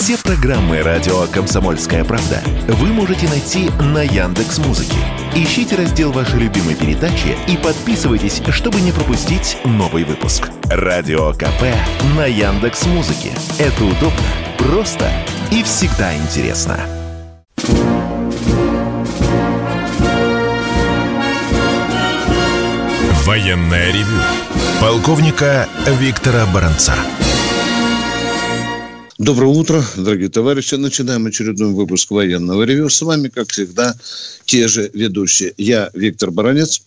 Все программы радио «Комсомольская правда» вы можете найти на Яндекс.Музыке. Ищите раздел вашей любимой передачи и подписывайтесь, чтобы не пропустить новый выпуск. Радио КП на Яндекс.Музыке. Это удобно, просто и всегда интересно. Военное ревю полковника Виктора Баранца. Доброе утро, дорогие товарищи. Начинаем очередной выпуск военного ревю. С вами, как всегда, те же ведущие. Я Виктор Баранец.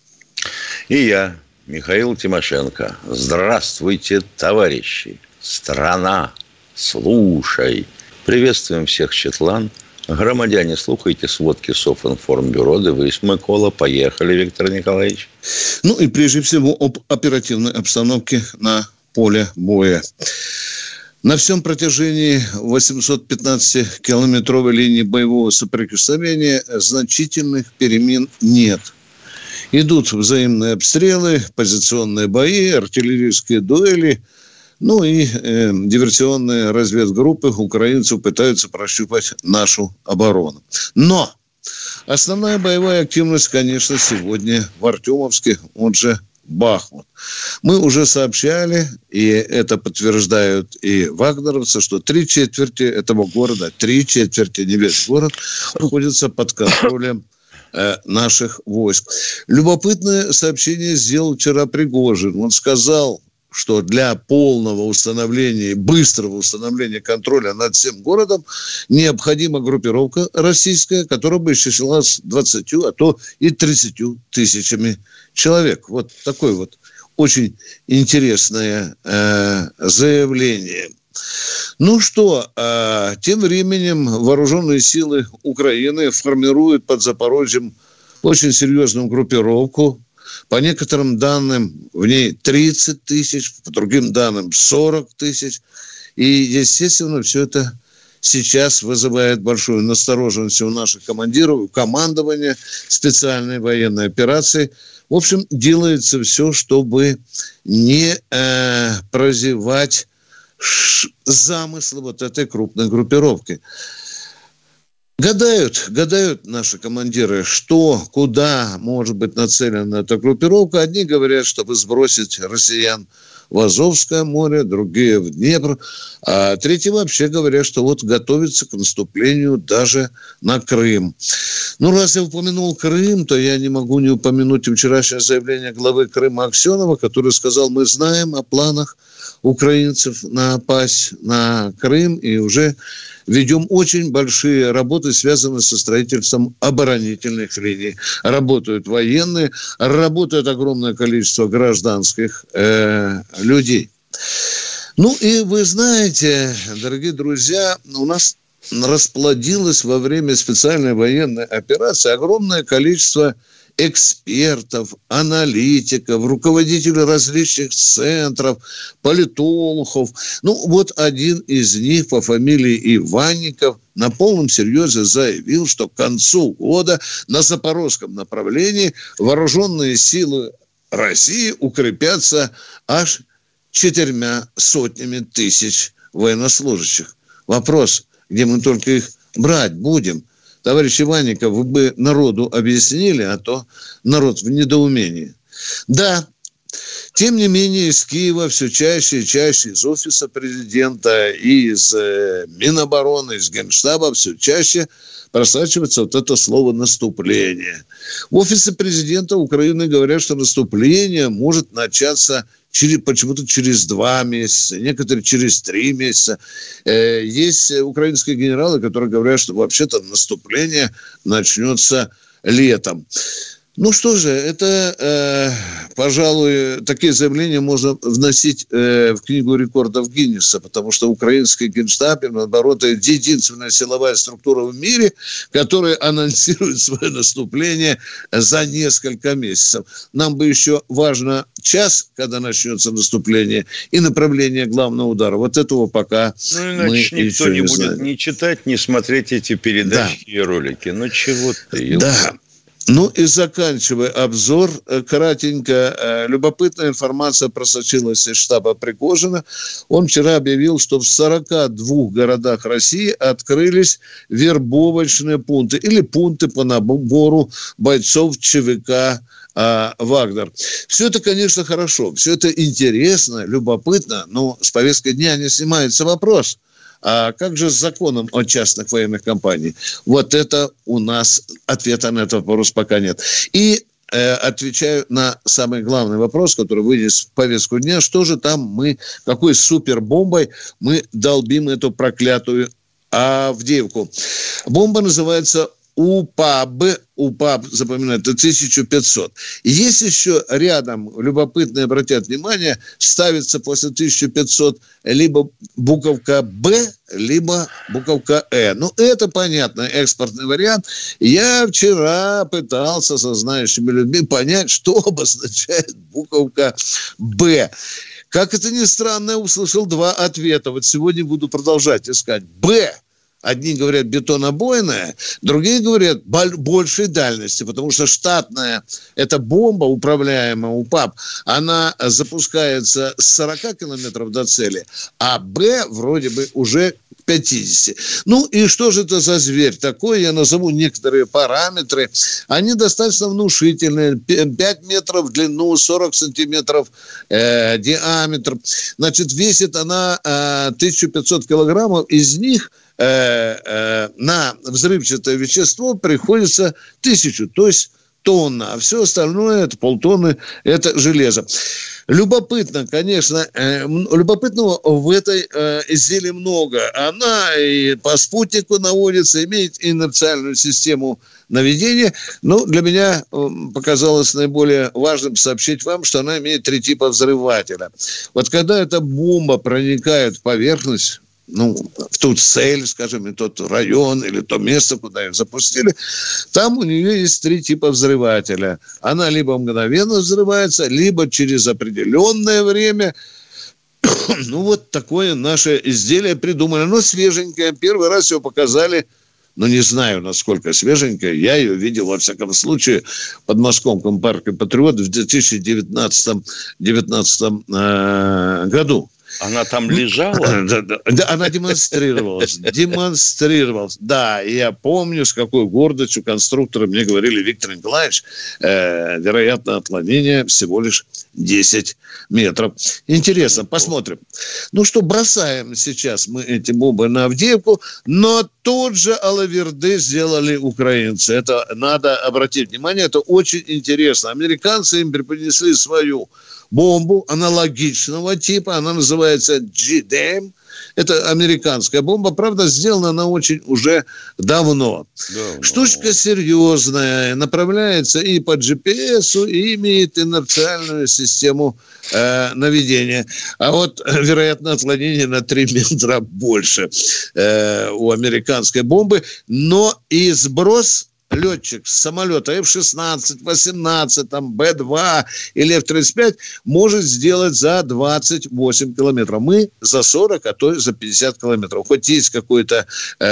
И я, Михаил Тимошенко. Здравствуйте, товарищи. Страна, слушай. Приветствуем всех Четлан. Громадяне, слухайте сводки Софинформбюро. Дивись, Микола. Поехали, Виктор Николаевич. Ну и прежде всего об оперативной обстановке на поле боя. На всем протяжении 815-километровой линии боевого соприкосновения значительных перемен нет. Идут взаимные обстрелы, позиционные бои, артиллерийские дуэли, ну и диверсионные разведгруппы украинцев пытаются прощупать нашу оборону. Но основная боевая активность, конечно, сегодня в Артемовске, он же Бахмут. Мы уже сообщали, и это подтверждают и вагнеровцы, что 3/4 этого города, 3/4, не весь город, находится под контролем наших войск. Любопытное сообщение сделал вчера Пригожин. Он сказал, что для полного установления, быстрого установления контроля над всем городом необходима группировка российская, которая бы исчислялась 20, а то и 30 тысячами человек. Вот такое вот очень интересное заявление. Ну что, тем временем вооруженные силы Украины формируют под Запорожьем очень серьезную группировку. По некоторым данным, в ней 30 тысяч, по другим данным 40 тысяч. И, естественно, все это сейчас вызывает большую настороженность у наших командиров, у командования специальной военной операции. В общем, делается все, чтобы не прозевать замыслы вот этой крупной группировки. Гадают наши командиры, что, куда может быть нацелена эта группировка. Одни говорят, чтобы сбросить россиян в Азовское море, другие в Днепр, а третьи вообще говорят, что вот готовится к наступлению даже на Крым. Ну, раз я упомянул Крым, то я не могу не упомянуть вчерашнее заявление главы Крыма Аксенова, который сказал, мы знаем о планах украинцев напасть на Крым и уже ведем очень большие работы, связанные со строительством оборонительных линий. Работают военные, работает огромное количество гражданских людей. Ну и вы знаете, дорогие друзья, у нас расплодилось во время специальной военной операции огромное количество экспертов, аналитиков, руководителей различных центров, политологов. Ну, вот один из них по фамилии Иванников на полном серьезе заявил, что к концу года на запорожском направлении вооруженные силы России укрепятся аж 400 тысяч военнослужащих. Вопрос, где мы только их брать будем? Товарищ Иванников, вы бы народу объяснили, а то народ в недоумении. Да, тем не менее, из Киева все чаще и чаще, из офиса президента, из Минобороны, из Генштаба все чаще просачивается вот это слово «наступление». В офисе президента Украины говорят, что наступление может начаться почему-то через 2 месяца, некоторые через 3 месяца. Есть украинские генералы, которые говорят, что вообще-то наступление начнется летом. Ну что же, это, пожалуй, такие заявления можно вносить в книгу рекордов Гиннесса, потому что украинский Генштаб, наоборот, это единственная силовая структура в мире, которая анонсирует свое наступление за несколько месяцев. Нам бы еще важно час, когда начнется наступление, и направление главного удара. Вот этого пока иначе мы никто еще не будет знаем. Ни читать, ни смотреть эти передачи и ролики. Ну чего ты? Да. Ну и заканчивая обзор, кратенько, любопытная информация просочилась из штаба Пригожина. Он вчера объявил, что в 42 городах России открылись вербовочные пункты или пункты по набору бойцов ЧВК «Вагнер». Все это, конечно, хорошо, все это интересно, любопытно, но с повестки дня не снимается вопрос. А как же с законом о частных военных компаниях? Вот это у нас ответа на этот вопрос пока нет. И отвечаю на самый главный вопрос, который вынес в повестку дня. Что же там мы, какой супербомбой мы долбим эту проклятую Авдеевку? Бомба называется УПАБ, запоминаю, это 1500. Есть еще рядом, любопытные обратят внимание, ставится после 1500 либо буковка «Б», либо буковка «Э». Ну, это понятно, экспортный вариант. Я вчера пытался со знающими людьми понять, что обозначает буковка «Б». Как это ни странно, я услышал два ответа. Вот сегодня буду продолжать искать. «Б». Одни говорят бетонобойная, другие говорят большей дальности, потому что штатная эта бомба, управляемая УПАБ, она запускается с 40 километров до цели, а Б вроде бы уже 50. Ну и что же это за зверь такой? Я назову некоторые параметры. Они достаточно внушительные. 5 метров в длину, 40 сантиметров диаметр. Значит, весит она 1500 килограммов. Из них на взрывчатое вещество приходится 1000, то есть тонна, а все остальное, это полтонны, это железо. Любопытно, конечно, любопытного в этой изделии много. Она и по спутнику наводится, имеет инерциальную систему наведения. Но для меня показалось наиболее важным сообщить вам, что она имеет 3 типа взрывателя. Вот когда эта бомба проникает в поверхность, в ту цель, скажем, и тот район или то место, куда их запустили, там у нее есть 3 типа взрывателя. Она либо мгновенно взрывается, либо через определенное время. Вот такое наше изделие придумали. Оно свеженькое. Первый раз его показали, не знаю, насколько свеженькая. Я ее видел, во всяком случае, в подмосковном парке «Патриот» в 2019 году. Она там лежала? Да, она демонстрировалась. Да, и я помню, с какой гордостью конструкторы мне говорили: Виктор Николаевич, вероятно, отклонение всего лишь 10 метров. Интересно, посмотрим. Бросаем сейчас мы эти бомбы на Авдеевку, но тут же алаверды сделали украинцы. Это надо обратить внимание, это очень интересно. Американцы им преподнесли свою бомбу аналогичного типа, она называется GDAM. Это американская бомба, правда, сделана она очень уже давно. Штучка серьезная, направляется и по GPS, и имеет инерциальную систему наведения. А вот, вероятно, отклонение на 3 метра больше у американской бомбы, но и сброс летчик с самолета F-16, 18, Б-2 или F-35 может сделать за 28 километров. Мы за 40, а то и за 50 километров. Хоть есть какое-то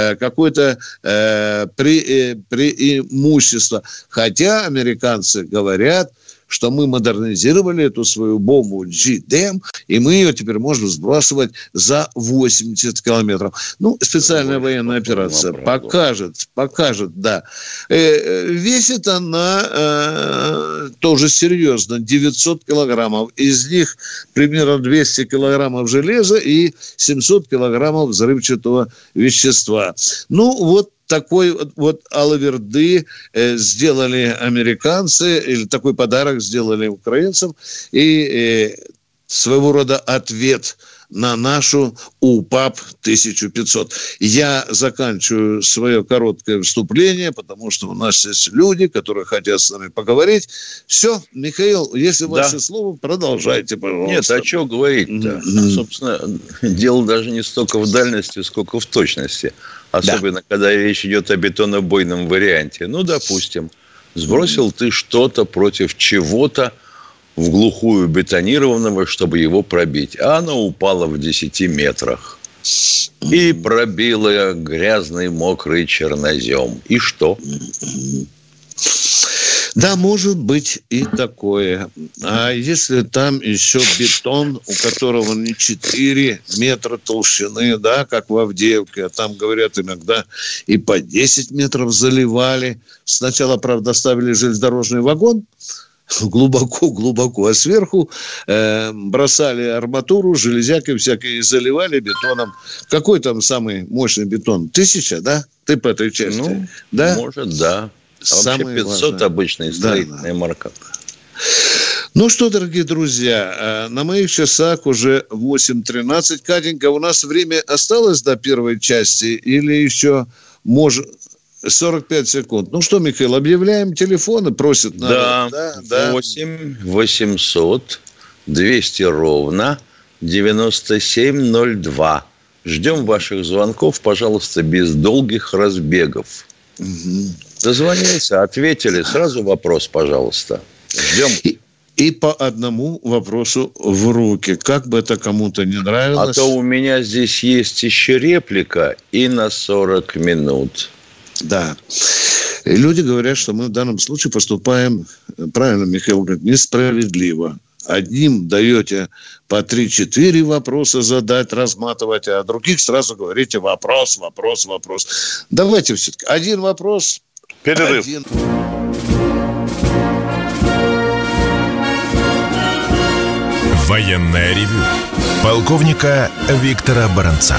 преимущество. Хотя американцы говорят, что мы модернизировали эту свою бомбу GDAM, и мы ее теперь можем сбрасывать за 80 километров. Специальная военная операция покажет, да. Весит она тоже серьезно, 900 килограммов. Из них примерно 200 килограммов железа и 700 килограммов взрывчатого вещества. Такой вот алаверды сделали американцы, или такой подарок сделали украинцам, и своего рода ответ на нашу УПАБ 1500. Я заканчиваю свое короткое вступление, потому что у нас есть люди, которые хотят с нами поговорить. Все, Михаил, если ваше слово, продолжайте, пожалуйста. Нет, а что говорить-то? Собственно, дело даже не столько в дальности, сколько в точности. Особенно, когда речь идет о бетонобойном варианте. Допустим, сбросил ты что-то против чего-то в глухую бетонированного, чтобы его пробить. А оно упало в 10 метрах. И пробило грязный, мокрый чернозем. И что? Да, может быть и такое. А если там еще бетон, у которого не 4 метра толщины, да, как в Авдеевке, а там, говорят, иногда и по 10 метров заливали. Сначала, правда, ставили железнодорожный вагон, глубоко, а сверху бросали арматуру, железякой всякой и заливали бетоном. Какой там самый мощный бетон? 1000, да? Ты по этой части? Ну, да? Может, да. А вообще 500 важное. Обычная строительная марка. Ну что, дорогие друзья, на моих часах уже 8:13. Катенька, у нас время осталось до первой части или еще может... 45 секунд. Ну что, Михаил, объявляем телефоны, просят народ. Да. 8 800 200 ровно 9702. Ждем ваших звонков, пожалуйста, без долгих разбегов. Угу. Дозвонились, ответили. Сразу вопрос, пожалуйста. Ждем. И по одному вопросу в руки. Как бы это кому-то не нравилось. А то у меня здесь есть еще реплика и на 40 минут. Да. И люди говорят, что мы в данном случае поступаем, правильно Михаил говорит, несправедливо. Одним даете по 3-4 вопроса задать, разматывать, а других сразу говорите вопрос. Давайте все-таки один вопрос. Перерыв. Военное ревю полковника Виктора Баранца.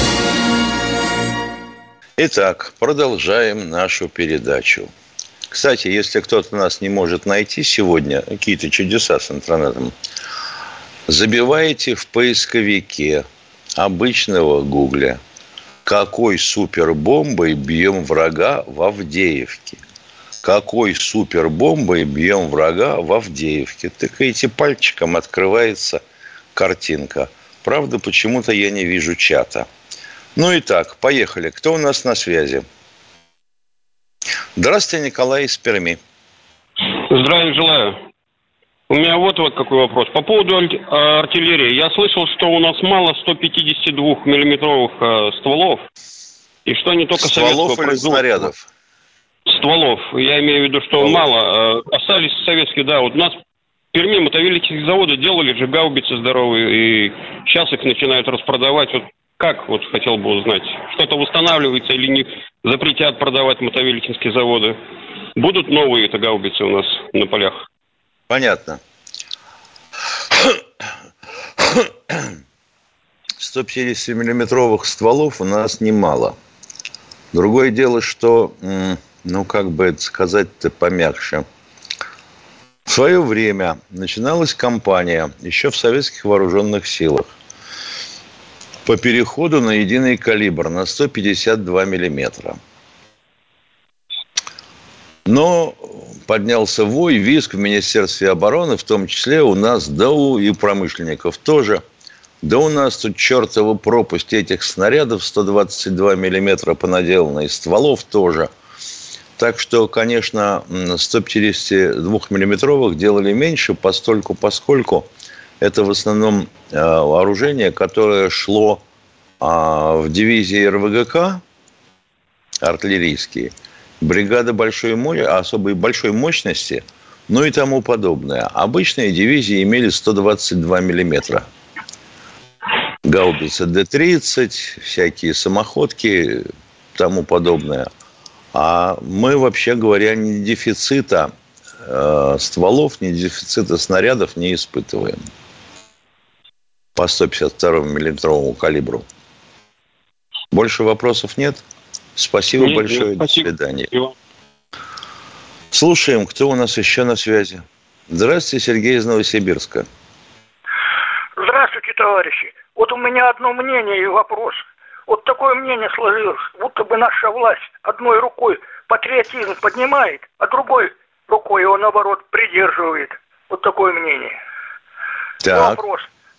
Итак, продолжаем нашу передачу. Кстати, если кто-то нас не может найти сегодня, какие-то чудеса с интернетом, забиваете в поисковике обычного гугля «Какой супербомбой бьем врага в Авдеевке?» «Какой супербомбой бьем врага в Авдеевке?» Тыкаете пальчиком, открывается картинка. Правда, почему-то я не вижу чата. Ну и так, поехали. Кто у нас на связи? Здравствуйте, Николай из Перми. Здравия желаю. У меня вот какой вопрос. По поводу артиллерии. Я слышал, что у нас мало 152-миллиметровых стволов. И что не только стволов или снарядов? Стволов. Я имею в виду, что мало. Остались советские, да. Вот у нас в Перми мотовилищные заводы делали же гаубицы здоровые. И сейчас их начинают распродавать. Вот как, вот хотел бы узнать, что-то восстанавливается или не запретят продавать мотовилищные заводы? Будут новые гаубицы у нас на полях? Понятно. 150-миллиметровых стволов у нас немало. Другое дело, что, как бы это сказать-то помягче. В свое время начиналась кампания еще в советских вооруженных силах по переходу на единый калибр, на 152 миллиметра. Но поднялся вой, визг в Министерстве обороны, в том числе у нас, да и у промышленников тоже. Да у нас тут чертова пропасть этих снарядов 122 миллиметра понаделанных, стволов тоже. Так что, конечно, 152-миллиметровых делали меньше, поскольку это в основном вооружение, которое шло в дивизии РВГК, артиллерийские, бригады особой большой мощности, ну и тому подобное. Обычные дивизии имели 122 миллиметра. Гаубицы Д-30, всякие самоходки, тому подобное. А мы, вообще говоря, ни дефицита стволов, ни дефицита снарядов не испытываем по 152-миллиметровому калибру. Больше вопросов нет? Спасибо большое. До свидания. Слушаем, кто у нас еще на связи. Здравствуйте, Сергей из Новосибирска. Здравствуйте, товарищи. Вот у меня одно мнение и вопрос. Вот такое мнение сложилось, будто бы наша власть одной рукой патриотизм поднимает, а другой рукой его, наоборот, придерживает. Вот такое мнение. Так. Вопрос.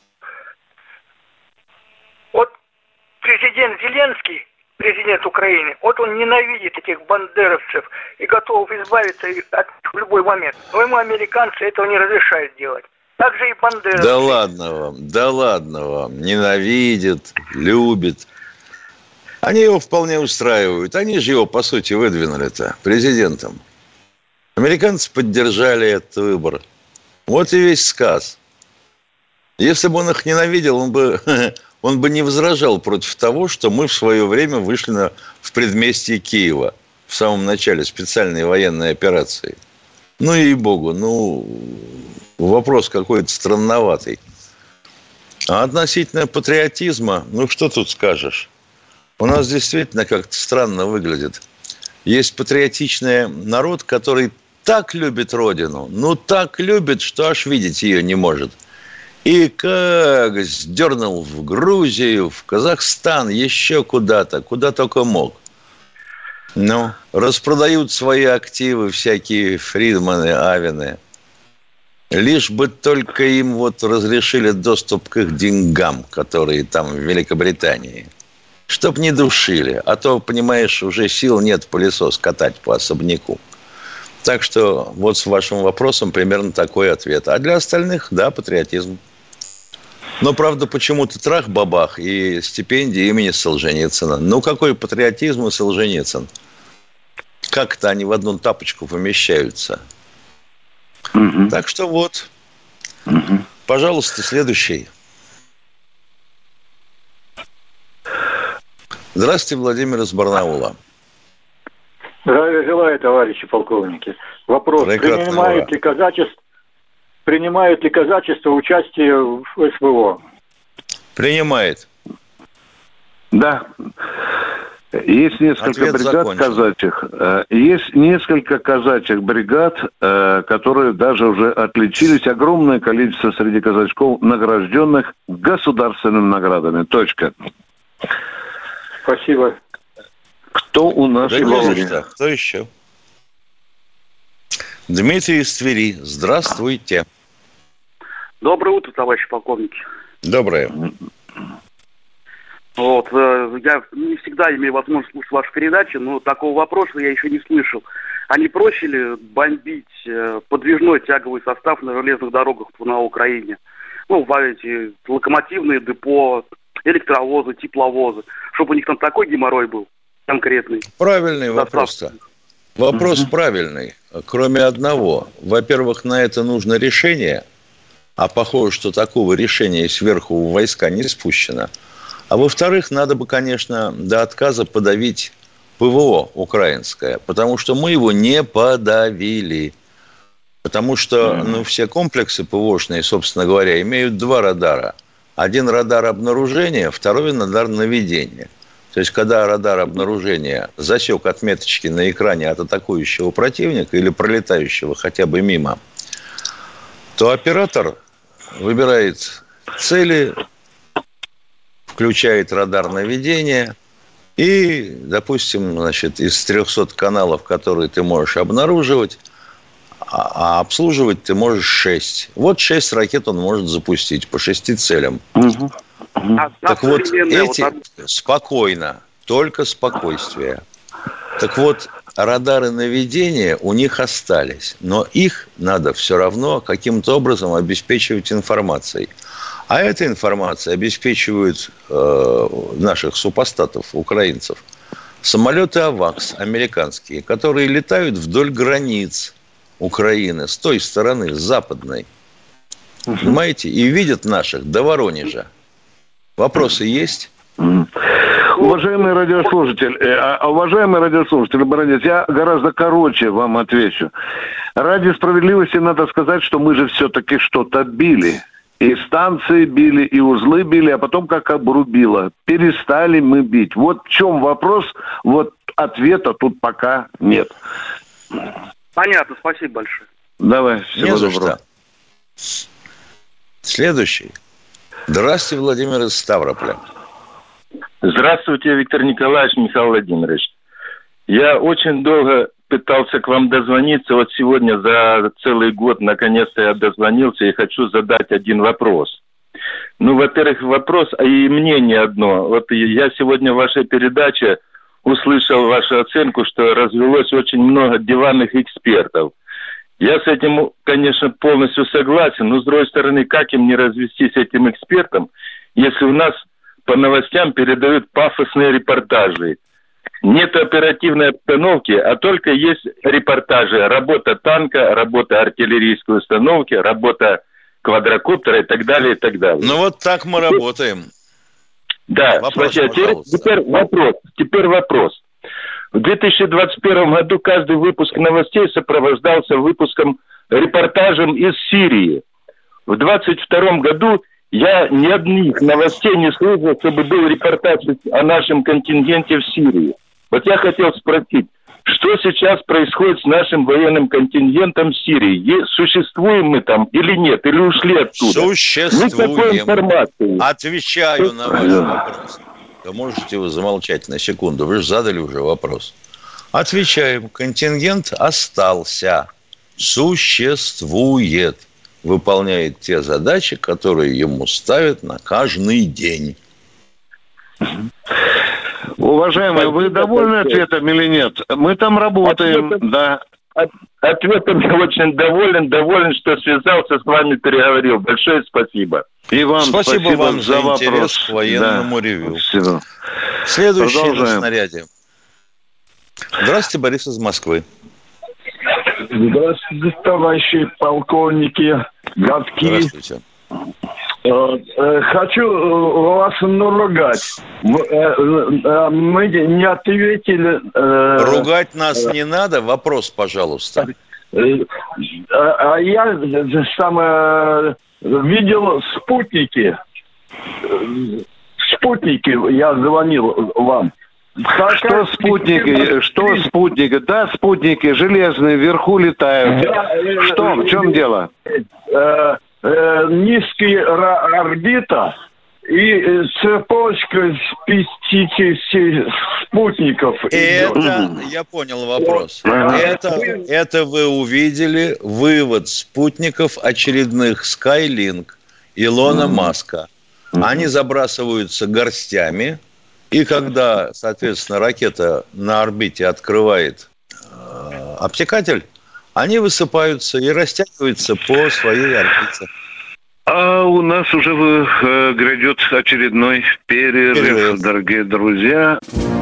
Вот президент Зеленский, президент Украины, вот он ненавидит этих бандеровцев и готов избавиться от них в любой момент. Но ему американцы этого не разрешают делать. Так же и бандеровцы. Да ладно вам. Ненавидит, любит. Они его вполне устраивают. Они же его, по сути, выдвинули-то президентом. Американцы поддержали этот выбор. Вот и весь сказ. Если бы он их ненавидел, он бы не возражал против того, что мы в свое время вышли в предместье Киева в самом начале специальной военной операции. Ну, ей-богу, вопрос какой-то странноватый. А относительно патриотизма, что тут скажешь? У нас действительно как-то странно выглядит. Есть патриотичный народ, который так любит родину, так любит, что аж видеть ее не может. И как сдернул в Грузию, в Казахстан, еще куда-то, куда только мог. Распродают свои активы всякие Фридманы, Авины. Лишь бы только им разрешили доступ к их деньгам, которые там в Великобритании. Чтоб не душили. А то, понимаешь, уже сил нет пылесос катать по особняку. Так что с вашим вопросом примерно такой ответ. А для остальных, да, патриотизм. Но, правда, почему-то трах-бабах и стипендия имени Солженицына. Какой патриотизм и Солженицын? Как-то они в одну тапочку помещаются. Угу. Так что Угу. Пожалуйста, следующий. Здравствуйте, Владимир из Барнаула. Здравия желаю, товарищи полковники. Вопрос. Принимает ли казачество участие в СВО? Принимает. Да. Есть несколько бригад казачьих. Есть несколько казачьих бригад, которые даже уже отличились. Огромное количество среди казачков награжденных государственными наградами. Точка. Спасибо. Кто у нас? Кто еще? Дмитрий из Твери. Здравствуйте. Доброе утро, товарищи полковники. Доброе. Я не всегда имею возможность слушать вашу передачу, но такого вопроса я еще не слышал. А не проще ли бомбить подвижной тяговый состав на железных дорогах на Украине? Эти локомотивные депо, электровозы, тепловозы, чтобы у них там такой геморрой был конкретный. Правильный вопрос-то. Вопрос правильный, кроме одного. Во-первых, на это нужно решение, а похоже, что такого решения сверху в войска не спущено. А во-вторых, надо бы, конечно, до отказа подавить ПВО украинское, потому что мы его не подавили. Потому что все комплексы ПВОшные, собственно говоря, имеют два радара. Один радар обнаружения, второй радар наведения. То есть, когда радар обнаружения засек отметочки на экране от атакующего противника или пролетающего хотя бы мимо, то оператор выбирает цели, включает радар наведения и, допустим, из 300 каналов, которые ты можешь обнаруживать, а обслуживать ты можешь 6. 6 ракет он может запустить по 6 целям. Так спокойно, только спокойствие. Так радары наведения у них остались, но их надо все равно каким-то образом обеспечивать информацией. А эта информация обеспечивают наших супостатов, украинцев, самолеты «Авакс» американские, которые летают вдоль границ Украины, с той стороны, с западной. Понимаете? И видят наших до Воронежа. Вопросы есть? Уважаемый радиослушатель, Бородец, я гораздо короче вам отвечу. Ради справедливости надо сказать, что мы же все-таки что-то били. И станции били, и узлы били, а потом как обрубило. Перестали мы бить. В чем вопрос, ответа тут пока нет. Понятно, спасибо большое. Давай, всего доброго. Следующий. Здравствуйте, Владимир из Ставрополя. Здравствуйте, Виктор Николаевич, Михаил Владимирович. Я очень долго пытался к вам дозвониться. Сегодня за целый год наконец-то я дозвонился и хочу задать один вопрос. Во-первых, вопрос, и мнение одно. Я сегодня в вашей передаче услышал вашу оценку, что развелось очень много диванных экспертов. Я с этим, конечно, полностью согласен, но, с другой стороны, как им не развестись этим экспертам, если у нас по новостям передают пафосные репортажи, нет оперативной обстановки, а только есть репортажи. Работа танка, работа артиллерийской установки, работа квадрокоптера и так далее, и так далее. Ну вот так мы работаем. Да, вопрос, теперь вопрос. В 2021 году каждый выпуск новостей сопровождался выпуском репортажем из Сирии. В 2022 году я ни одних новостей не слышал, чтобы был репортаж о нашем контингенте в Сирии. Вот я хотел спросить, что сейчас происходит с нашим военным контингентом в Сирии? Существуем мы там или нет? Или ушли оттуда? Существуем. Отвечаю на ваш вопрос. Да можете вы замолчать на секунду? Вы же задали уже вопрос. Отвечаем. Контингент остался. Существует. Выполняет те задачи, которые ему ставят на каждый день. Уважаемые, вы довольны ответом или нет? Мы там работаем, да. Ответом я очень доволен, что связался с вами, переговорил. Большое спасибо. И вам спасибо вам за интерес вопрос к военному ревью. Спасибо. Следующий на снаряде. Здравствуйте, Борис из Москвы. Здравствуйте, товарищи полковники, гадки. Здравствуйте. Хочу вас наругать. Мы не ответили... Ругать нас не надо? Вопрос, пожалуйста. А я видел спутники. Спутники, я звонил вам. Что спутники? Что спутники? Да, спутники железные, вверху летают. Да, что? В чем дело? Низкая орбита и цепочка с 50 спутников. Это, я понял вопрос. Это вы увидели вывод спутников очередных Skylink Илона Маска. Они забрасываются горстями, и когда, соответственно, ракета на орбите открывает обтекатель, они высыпаются и растягиваются по своей орбите. А у нас уже грядет очередной перерыв, дорогие друзья.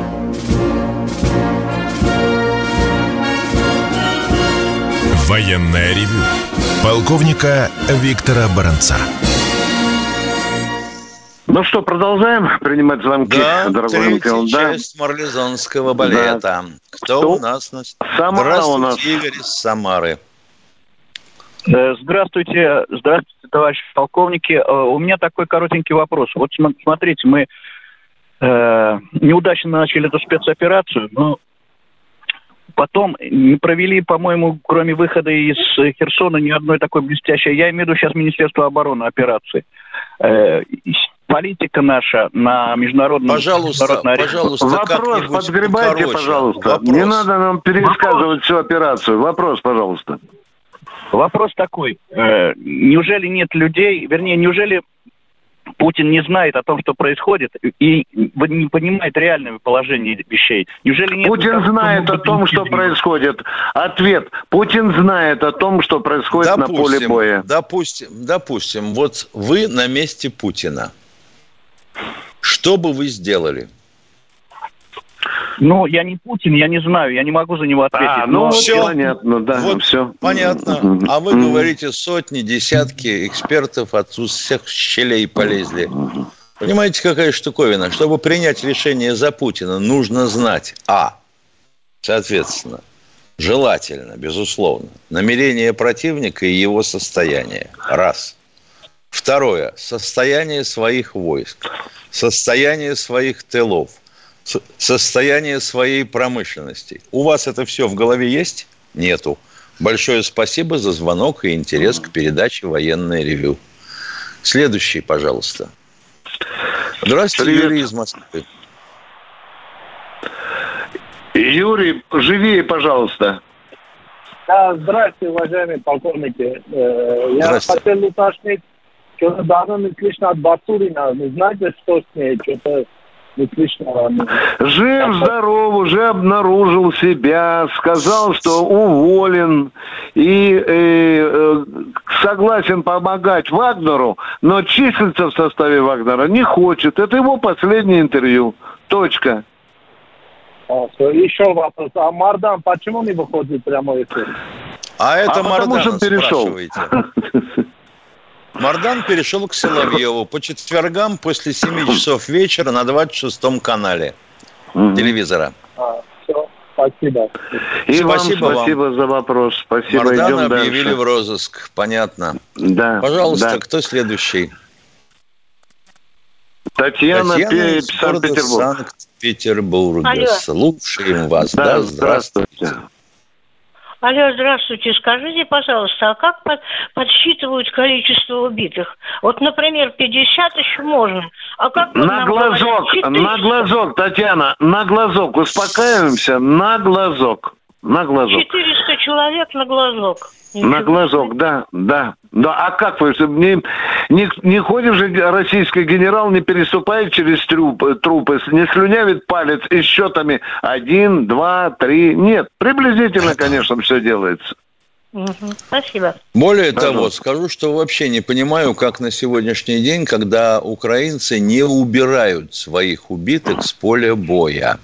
Военное ревю полковника Виктора Баранца. Ну что, продолжаем принимать звонки, дорогой Михаил? Да, часть марлезонского балета. Да. Кто у нас? Самара у нас. Игорь из Самары. Здравствуйте, товарищи полковники. У меня такой коротенький вопрос. Вот смотрите, мы неудачно начали эту спецоперацию, но потом не провели, по-моему, кроме выхода из Херсона, ни одной такой блестящей. Я имею в виду сейчас Министерство обороны операции. Политика наша на международном... Пожалуйста, вопрос подгребайте, пожалуйста. Вопрос. Не надо нам пересказывать всю операцию. Вопрос, пожалуйста. Вопрос такой. Неужели нет людей, неужели Путин не знает о том, что происходит, и не понимает реального положения вещей? Неужели нет... Путин знает о том, что происходит. Ответ. Путин знает о том, что происходит на поле боя. Допустим, вот вы на месте Путина. Что бы вы сделали? Ну, я не Путин, я не знаю, я не могу за него ответить. Все понятно, да, все. Понятно. А вы говорите, сотни, десятки экспертов от всех щелей полезли. Понимаете, какая штуковина? Чтобы принять решение за Путина, нужно знать, соответственно, желательно, безусловно, намерение противника и его состояние. Раз. Второе. Состояние своих войск, состояние своих тылов, состояние своей промышленности. У вас это все в голове есть? Нету. Большое спасибо за звонок и интерес к передаче «Военное ревю». Следующий, пожалуйста. Здравствуйте, Юрий из Москвы. Юрий, живее, пожалуйста. Да, здравствуйте, уважаемые полковники. Я хотел уточнить, что-то давно не слышно от Басурина. Вы знаете, что с ней? Что-то не слышно. Жив-здоров, уже обнаружил себя, сказал, что уволен и согласен помогать Вагнеру, но числиться в составе Вагнера не хочет. Это его последнее интервью. Точка. Еще вопрос. А Мардан почему не выходит в прямой эфир? А это Мардана спрашиваете. Мардан перешел к Соловьеву по четвергам после 7 часов вечера на 26-м канале телевизора. Все, спасибо. И спасибо вам спасибо за вопрос. Спасибо. Мардана объявили дальше в розыск. Понятно. Да. Пожалуйста, кто следующий? Татьяна из Санкт-Петербурга. Слушаем вас. Да, здравствуйте. Алло, здравствуйте. Скажите, пожалуйста, а как подсчитывают количество убитых? Вот, например, 50 еще можно. А как на глазок, Татьяна, на глазок. Успокаиваемся, на глазок. 400 человек на глазок. На глазок, да. А как вы? Не ходит же российский генерал, не переступает через трупы, не слюнявит палец и счетами 1, 2, 3. Нет, приблизительно, конечно, все делается. Спасибо. Более того, скажу, что вообще не понимаю, как на сегодняшний день, когда украинцы не убирают своих убитых с поля боя.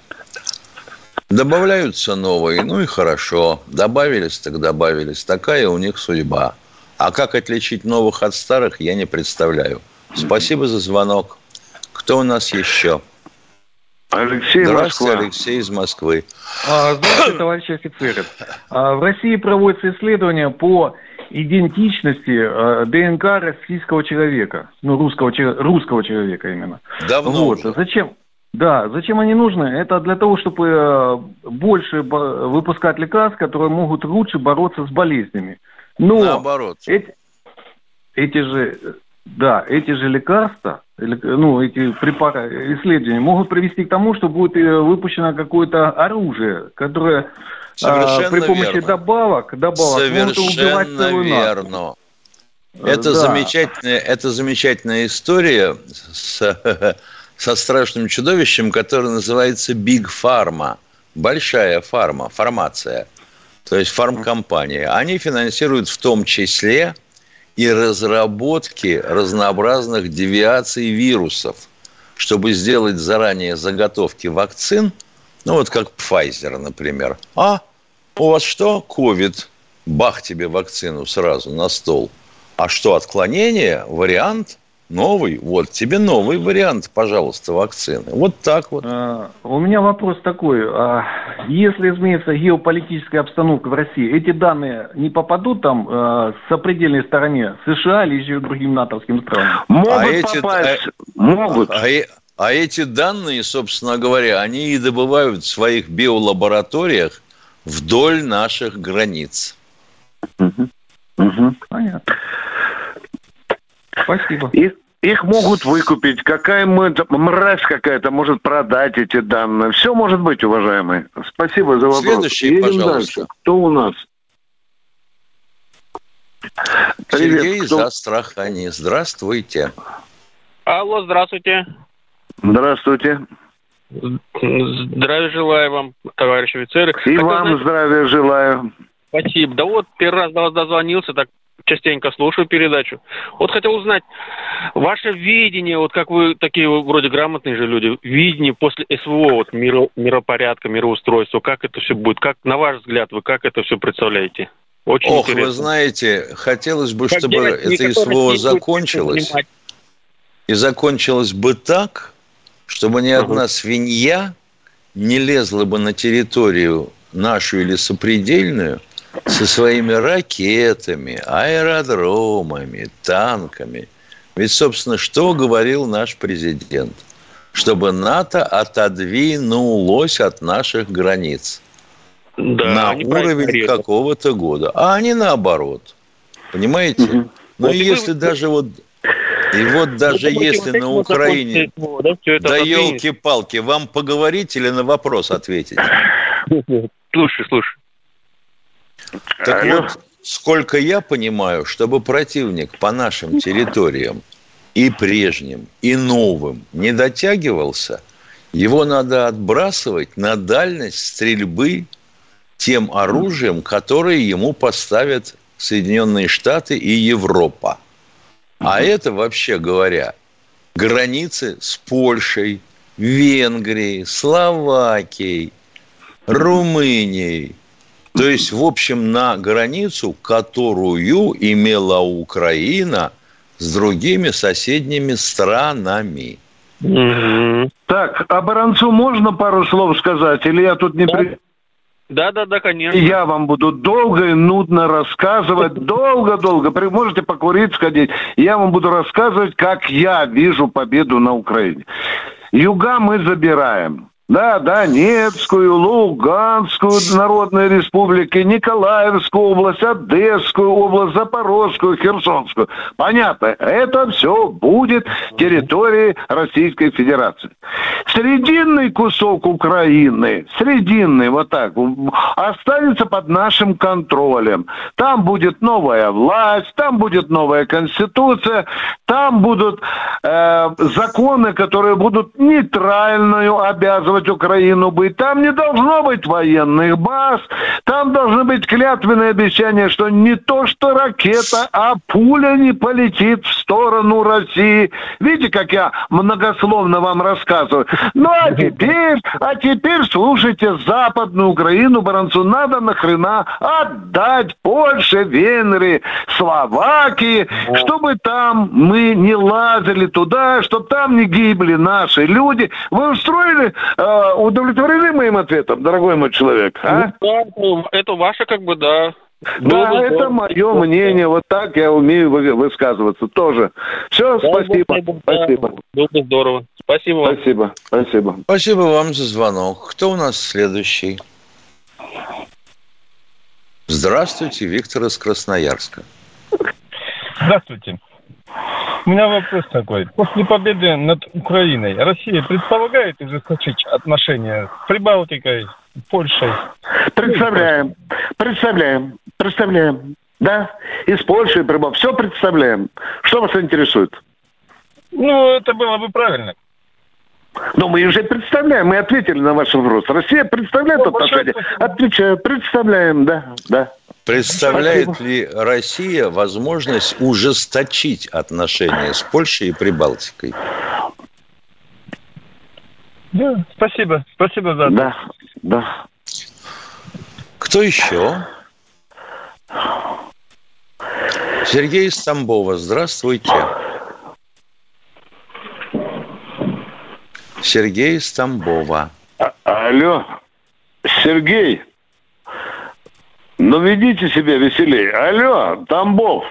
Добавляются новые, ну и хорошо. Добавились, так добавились. Такая у них судьба. А как отличить новых от старых, я не представляю. Спасибо за звонок. Кто у нас еще? Алексей, здравствуйте, Алексей из Москвы. Здравствуйте, товарищи офицеры. В России проводятся исследования по идентичности ДНК российского человека. Ну, русского человека именно. Давно уже. Зачем они нужны? Это для того, чтобы больше выпускать лекарств, которые могут лучше бороться с болезнями. Но наоборот. Эти же лекарства, эти препараты, исследования могут привести к тому, что будет выпущено какое-то оружие, которое при помощи добавок может убивать целую нацию. Это замечательная история со страшным чудовищем, которое называется Big Pharma. Большая формация. То есть фармкомпания. Они финансируют в том числе и разработки разнообразных девиаций вирусов, чтобы сделать заранее заготовки вакцин, ну вот как Pfizer, например. А у вас что? Ковид. Бах тебе вакцину сразу на стол. А что, отклонение? Вариант? Новый? Вот тебе новый вариант, пожалуйста, вакцины. Вот так вот. У меня вопрос такой. Если изменится геополитическая обстановка в России, эти данные не попадут там с сопредельной стороне США или еще другим натовским странам? Могут. А эти данные, собственно говоря, они и добывают в своих биолабораториях вдоль наших границ. Понятно. Спасибо. Их могут выкупить. Какая мразь какая-то может продать эти данные. Все может быть, уважаемые. Спасибо за вопрос. Следующий, пожалуйста. Дальше. Кто у нас? Сергей из Астрахани. Здравствуйте. Алло, здравствуйте. Здравствуйте. Здравия желаю вам, товарищи офицеры. И вам здравия желаю. Спасибо. Да вот, первый раз до вас дозвонился, так частенько слушаю передачу. Вот хотел узнать, ваше видение, вот как вы, такие вроде грамотные же люди, видение после СВО, вот миропорядка, мироустройства, как это все будет, как, на ваш взгляд, вы как это все представляете? Очень интересно. Вы знаете, хотелось бы, чтобы это СВО закончилось. И закончилось бы так, чтобы ни одна свинья не лезла бы на территорию нашу или сопредельную со своими ракетами, аэродромами, танками. Ведь, собственно, что говорил наш президент? Чтобы НАТО отодвинулось от наших границ на уровень какого-то года. А они наоборот. Понимаете? Ну, и если даже вот... И вот даже если на Украине... Да елки-палки, вам поговорить или на вопрос ответить? Слушай. Так вот, сколько я понимаю, чтобы противник по нашим территориям и прежним, и новым не дотягивался, его надо отбрасывать на дальность стрельбы тем оружием, которое ему поставят Соединенные Штаты и Европа. А это, вообще говоря, границы с Польшей, Венгрией, Словакией, Румынией. То есть, в общем, на границу, которую имела Украина с другими соседними странами. Так, а Баранцу можно пару слов сказать? Или я тут не... Да, конечно. Я вам буду долго и нудно рассказывать, долго-долго. Можете покурить, сходить. Я вам буду рассказывать, как я вижу победу на Украине. Юга мы забираем. Да, Донецкую, Луганскую народные республики, Николаевскую область, Одесскую область, Запорожскую, Херсонскую. Понятно, это все будет территорией Российской Федерации. Срединный кусок Украины, вот так, останется под нашим контролем. Там будет новая власть, там будет новая конституция, там будут законы, которые будут нейтральную обязывать Украину быть. Там не должно быть военных баз, там должны быть клятвенные обещания, что не то что ракета, а пуля не полетит в сторону России. Видите, как я многословно вам рассказываю? Ну, а теперь слушайте Западную Украину, Баранцу, надо нахрена отдать Польше, Венгрии, Словакии, чтобы там мы не лазили туда, чтобы там не гибли наши люди. Вы удовлетворены моим ответом, дорогой мой человек? А? Ну, это ваше, да. Да, это мое мнение. Вот так я умею высказываться тоже. Все, спасибо. Спасибо. Было бы здорово. Спасибо вам. Спасибо. Спасибо вам за звонок. Кто у нас следующий? Здравствуйте, Виктор из Красноярска. Здравствуйте. У меня вопрос такой. После победы над Украиной Россия предполагает ужесточить отношения с Прибалтикой, Польшей? Представляем. Да, и с Польшей, все представляем. Что вас интересует? Ну, это было бы правильно. Но мы уже представляем, мы ответили на ваш вопрос. Россия представляет отношения? Отвечаю, представляем, да. Представляет ли Россия возможность ужесточить отношения с Польшей и Прибалтикой? Да, спасибо за ответ. Да. Кто еще? Сергей из Тамбова, здравствуйте. Сергей из Тамбова. Алло, Сергей. Ну, ведите себя веселее. Алло, Тамбов.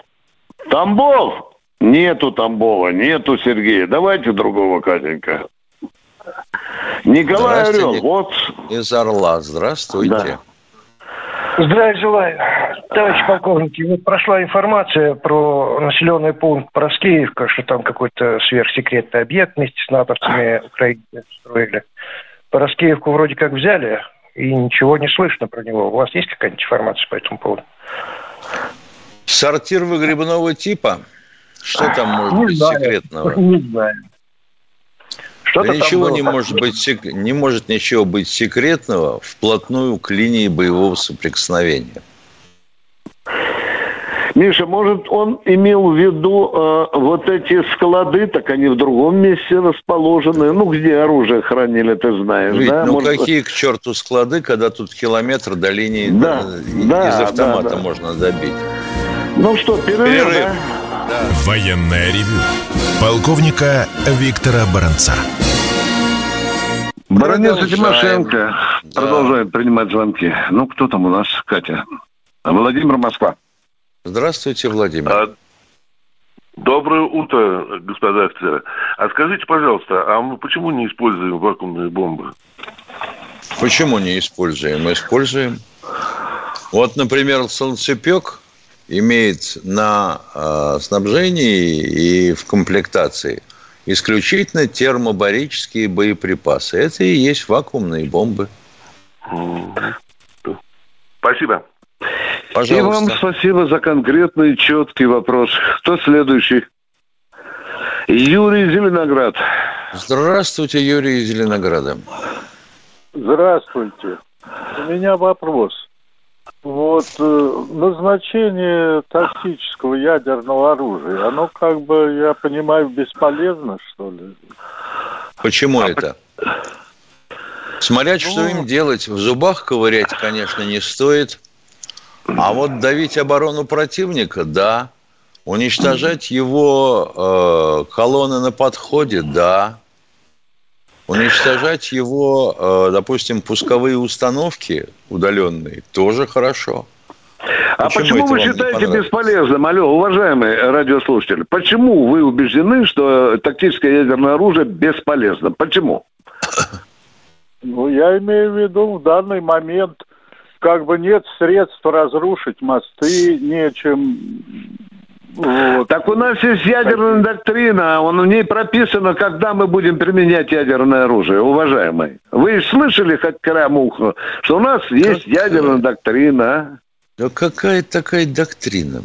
Нету Тамбова, нету Сергея. Давайте другого, Катенька. Николай Орел, вот. Из Орла, здравствуйте. Да. Здравия желаю. Товарищ полковник, вот прошла информация про населенный пункт Пороскеевка, что там какой-то сверхсекретный объект вместе с натовцами Украины строили. Пороскеевку вроде как взяли, и ничего не слышно про него. У вас есть какая-нибудь информация по этому поводу? Сортир выгребного типа? Что там может быть секретного? Не знаю. Да ничего не может ничего быть секретного вплотную к линии боевого соприкосновения. Миша, может, он имел в виду вот эти склады, так они в другом месте расположены. Ну, где оружие хранили, ты знаешь. Ведь, да? Какие к черту склады, когда тут километр до линии из автомата можно добить. Ну что, перерыв. Да. Военное ревю полковника Виктора Баранца. Баронец Тимошенко продолжает принимать звонки. Ну, кто там у нас, Катя? Владимир, Москва. Здравствуйте, Владимир. Доброе утро, господа офицеры. А скажите, пожалуйста, а мы почему не используем вакуумные бомбы? Почему не используем? Используем. Вот, например, солнцепек имеет на снабжении и в комплектации исключительно термобарические боеприпасы. Это и есть вакуумные бомбы. Спасибо. Пожалуйста. И вам спасибо за конкретный, четкий вопрос. Кто следующий? Юрий Зеленоград. Здравствуйте, Юрий из Зеленограда. Здравствуйте. У меня вопрос. Вот назначение тактического ядерного оружия, оно, я понимаю, бесполезно, что ли? Почему это? Смотря что им делать. В зубах ковырять, конечно, не стоит. А вот давить оборону противника, да. Уничтожать его колонны на подходе, да. Уничтожать его, допустим, пусковые установки удаленные, тоже хорошо. А почему вы считаете бесполезным, уважаемый радиослушатель, почему вы убеждены, что тактическое ядерное оружие бесполезно? Почему? Я имею в виду, в данный момент как бы нет средств разрушить мосты, нечем. Вот. Так у нас есть ядерная доктрина, в ней прописано, когда мы будем применять ядерное оружие, уважаемый. Вы слышали хоть краем-уха, что у нас есть ядерная доктрина? Да какая такая доктрина?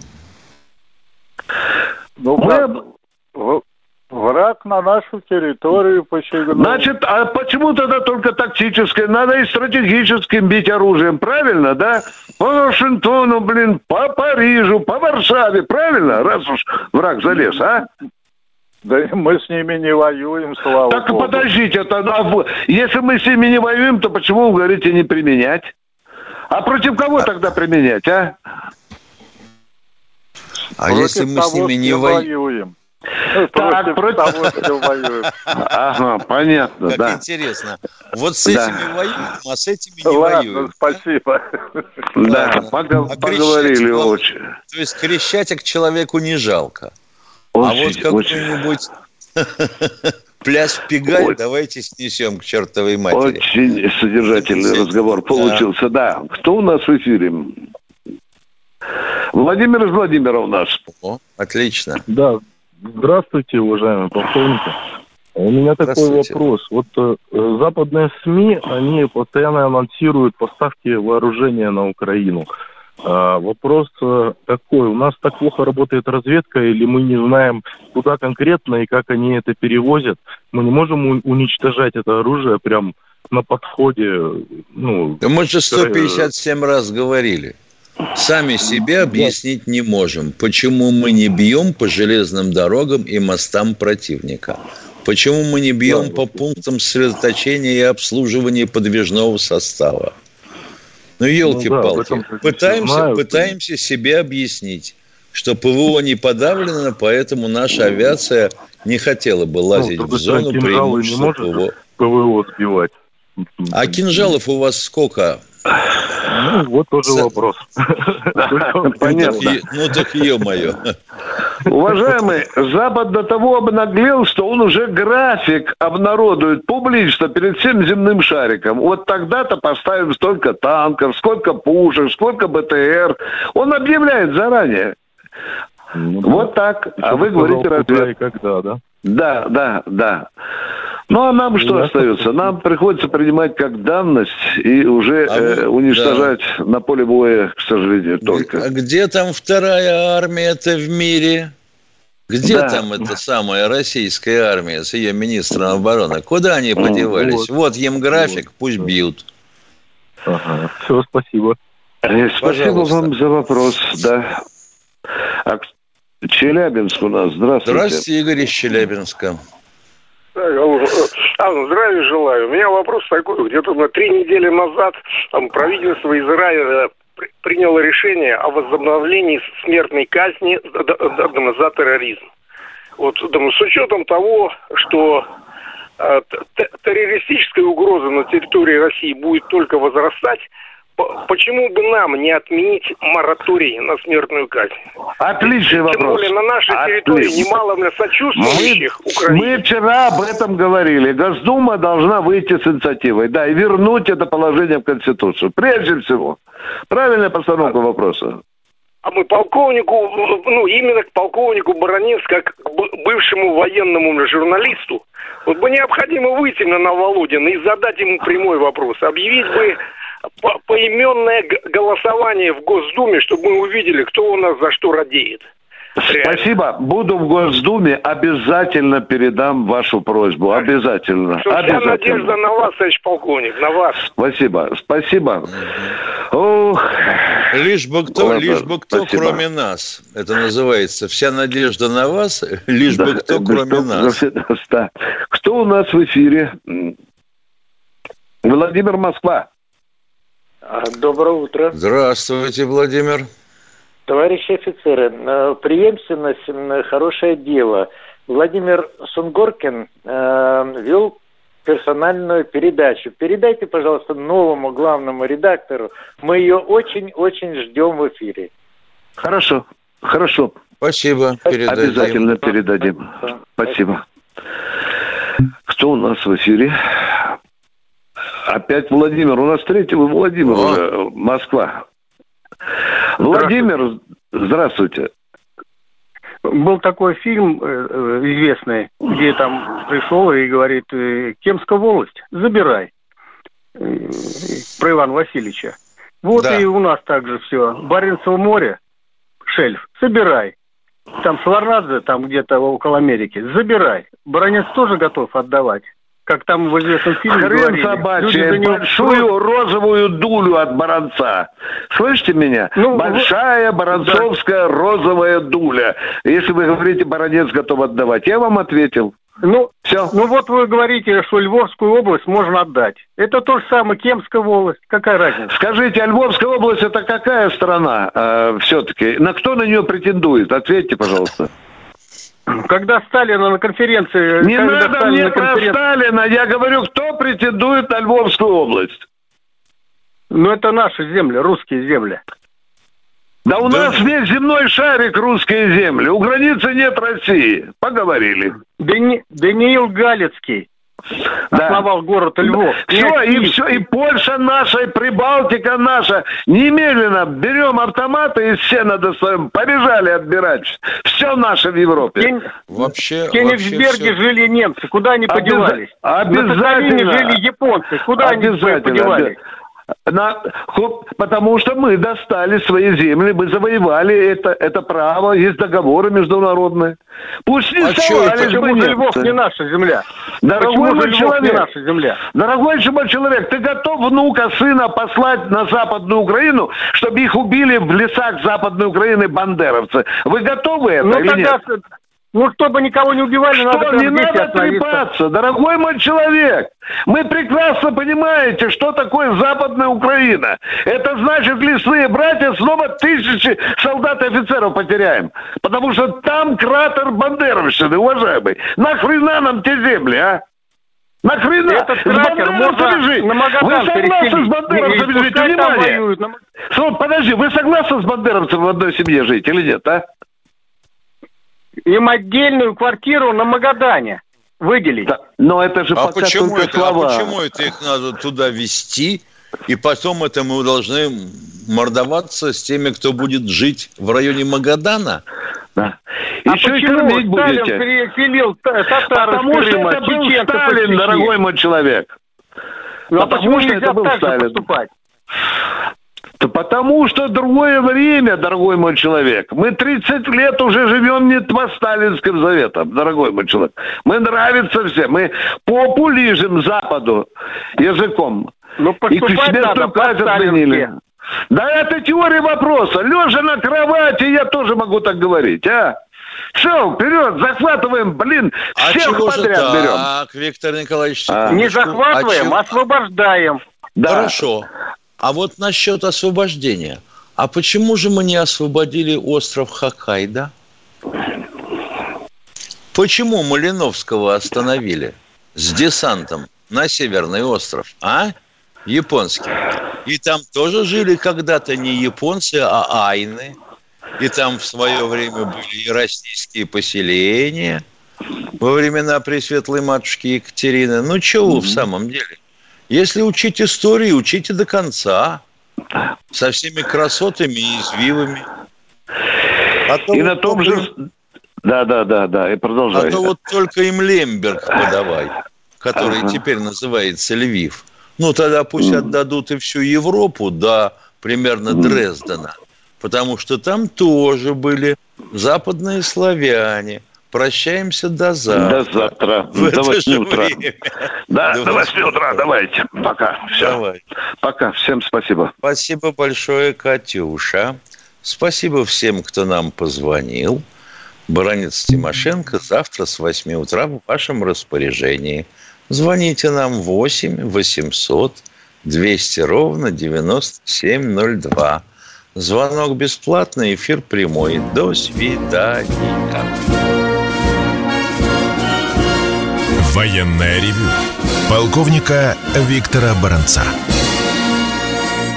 Враг на нашу территорию посягнул. Значит, а почему тогда только тактическое? Надо и стратегическим бить оружием, правильно, да? По Вашингтону, по Парижу, по Варшаве, правильно? Раз уж враг залез, а? Да мы с ними не воюем, слава так, богу. Так подождите, если мы с ними не воюем, то почему вы говорите не применять? А против кого тогда применять, а? А если мы с ними не воюем? Так, против того, с кем воюем. Ага, понятно, как да. Интересно. Вот с этими воюем, а с этими не воюем. Спасибо. Да, поговорили очень. То есть крещатик человеку не жалко. А вот какой-нибудь пляс-пегаль давайте снесем к чертовой матери. Очень содержательный разговор получился, да. Кто у нас в эфире? Владимир из Владимира у нас. О, отлично. Да. Здравствуйте, уважаемые полковники. У меня такой вопрос. Вот западные СМИ, они постоянно анонсируют поставки вооружения на Украину. Вопрос такой. У нас так плохо работает разведка, или мы не знаем, куда конкретно и как они это перевозят? Мы не можем уничтожать это оружие прямо на подходе? Мы же 157 раз говорили. Сами себе объяснить не можем, почему мы не бьем по железным дорогам и мостам противника. Почему мы не бьем по пунктам сосредоточения и обслуживания подвижного состава. Елки-палки. Пытаемся себе объяснить, что ПВО не подавлено, поэтому наша авиация не хотела бы лазить в зону преимущества ПВО сбивать. А кинжалов у вас сколько? Вот тоже вопрос. Понятно. Так ё-моё. Уважаемый, Запад до того обнаглел, что он уже график обнародует публично перед всем земным шариком. Вот тогда-то поставим столько танков, сколько пушек, сколько БТР. Он объявляет заранее. Вот так. А вы говорите разведка. Когда, да? Да. Ну, а нам что остается? Нам приходится принимать как данность и уже уничтожать на поле боя, к сожалению, только. А где там вторая армия-то в мире? Где там эта самая российская армия с ее министром обороны? Куда они подевались? Вот им график, пусть бьют. Ага, все, спасибо. Спасибо вам за вопрос, да. Челябинск у нас, здравствуйте. Здравствуйте, Игорь из Челябинска. Здравия желаю. У меня вопрос такой. Где-то на 3 недели назад правительство Израиля приняло решение о возобновлении смертной казни за терроризм. С учетом того, что террористическая угроза на территории России будет только возрастать, почему бы нам не отменить мораторий на смертную казнь? Отличный вопрос. Тем более на нашей территории немало сочувствующих Украине. Мы вчера об этом говорили. Госдума должна выйти с инициативой, и вернуть это положение в Конституцию. Прежде всего. Правильная постановка вопроса. А мы именно к полковнику Баранец, как к бывшему военному журналисту, бы необходимо выйти на Володина и задать ему прямой вопрос. Объявить бы поименное голосование в Госдуме, чтобы мы увидели, кто у нас за что радеет. Спасибо. Буду в Госдуме, обязательно передам вашу просьбу. Обязательно. Вся надежда на вас, товарищ полковник, на вас. Спасибо. Ох. Лишь бы кто, кроме нас. Это называется «Вся надежда на вас», лишь бы кто, кроме нас. Да. Кто у нас в эфире? Владимир, Москва. Доброе утро. Здравствуйте, Владимир. Товарищи офицеры, преемственность – хорошее дело. Владимир Сунгоркин вел персональную передачу. Передайте, пожалуйста, новому главному редактору. Мы ее очень-очень ждем в эфире. Хорошо. Спасибо. Передадим. Обязательно передадим. Спасибо. Кто у нас в эфире? Опять Владимир. У нас третьего Владимир уже. Москва. Владимир, здравствуйте. Был такой фильм известный, где там пришел и говорит: Кемская волость, забирай. Про Ивана Васильевича. Вот да. И у нас также все. Баренцево море, шельф, собирай. Там Шварнадзе, там где-то около Америки, забирай. Баранец тоже готов отдавать. Как там в известном фильме говорили. Хрен собачий, большую розовую дулю от баранца. Слышите меня? Большая баранцовская розовая дуля. Если вы говорите, баранец готов отдавать. Я вам ответил. Все. Вот вы говорите, что Львовскую область можно отдать. Это то же самое, Кемская волость. Какая разница? Скажите, а Львовская область это какая страна все-таки? На кто на нее претендует? Ответьте, пожалуйста. Когда Сталина на конференции... Не надо мне про Сталина. Я говорю, кто претендует на Львовскую область? Это наши земли, русские земли. Да у нас весь земной шарик русские земли. У границы нет России. Поговорили. Даниил Галицкий основал город Львов. Все, и Польша наша, и Прибалтика наша. Немедленно берем автоматы и сено достаем. Побежали отбирать. Все наше в Европе. В Кенигсберге жили немцы. Куда они подевались? Обязательно. На жили японцы. Куда они подевались? Потому что мы достали свои земли, мы завоевали это право, есть договоры международные. Пусть не совались бы немцы. Львов не наша земля? Дорогой мой человек, ты готов внука, сына послать на Западную Украину, чтобы их убили в лесах Западной Украины бандеровцы? Вы готовы это или нет? Чтобы никого не убивали, не надо трепаться, дорогой мой человек. Мы прекрасно понимаете, что такое Западная Украина. Это значит, лесные братья снова тысячи солдат и офицеров потеряем. Потому что там кратер бандеровщины, уважаемый. Нахрена нам те земли, а? Нахрена? Этот кратер можно жить? На Магадан переселить. Вы согласны с бандеровцами жить? Внимание! Подожди, вы согласны с бандеровцами в одной семье жить или нет, а? Им отдельную квартиру на Магадане выделить. Да, но это же пока только слова. А почему это их надо туда везти, и потом это мы должны мордоваться с теми, кто будет жить в районе Магадана? Да. Еще и кормить будете. Переселил татар потому что это был Сталин, дорогой мой человек. А почему нельзя так же поступать? Да потому что другое время, дорогой мой человек. Мы 30 лет уже живем не по сталинским заветам, дорогой мой человек. Мы нравится всем. Мы популизм Западу языком. И к себе стукать отменили. Да это теория вопроса. Лежа на кровати, я тоже могу так говорить, а? Все, вперед, захватываем, всех подряд берем. Так, Виктор Николаевич, не захватываем, освобождаем. Да. Хорошо. А вот насчет освобождения. А почему же мы не освободили остров Хоккайдо? Почему Малиновского остановили с десантом на Северный остров, а? Японский. И там тоже жили когда-то не японцы, а айны. И там в свое время были и российские поселения во времена Пресветлой Матушки Екатерины. Ну, чего в самом деле? Если учить историю, учите до конца. Со всеми красотами и извивами. И на том же... Да, и продолжай. А то вот только им Лемберг подавай, который теперь называется Львив. Тогда пусть отдадут и всю Европу до примерно Дрездена. Потому что там тоже были западные славяне. Прощаемся до завтра. До завтра. До 8 утра. Да, до 8 утра. Давайте. Пока. Все. Давай. Пока. Всем спасибо. Спасибо большое, Катюша. Спасибо всем, кто нам позвонил. Баранец Тимошенко завтра с 8 утра в вашем распоряжении. Звоните нам 8 800 200 ровно 9702. Звонок бесплатный, эфир прямой. До свидания. Военное ревю полковника Виктора Баранца.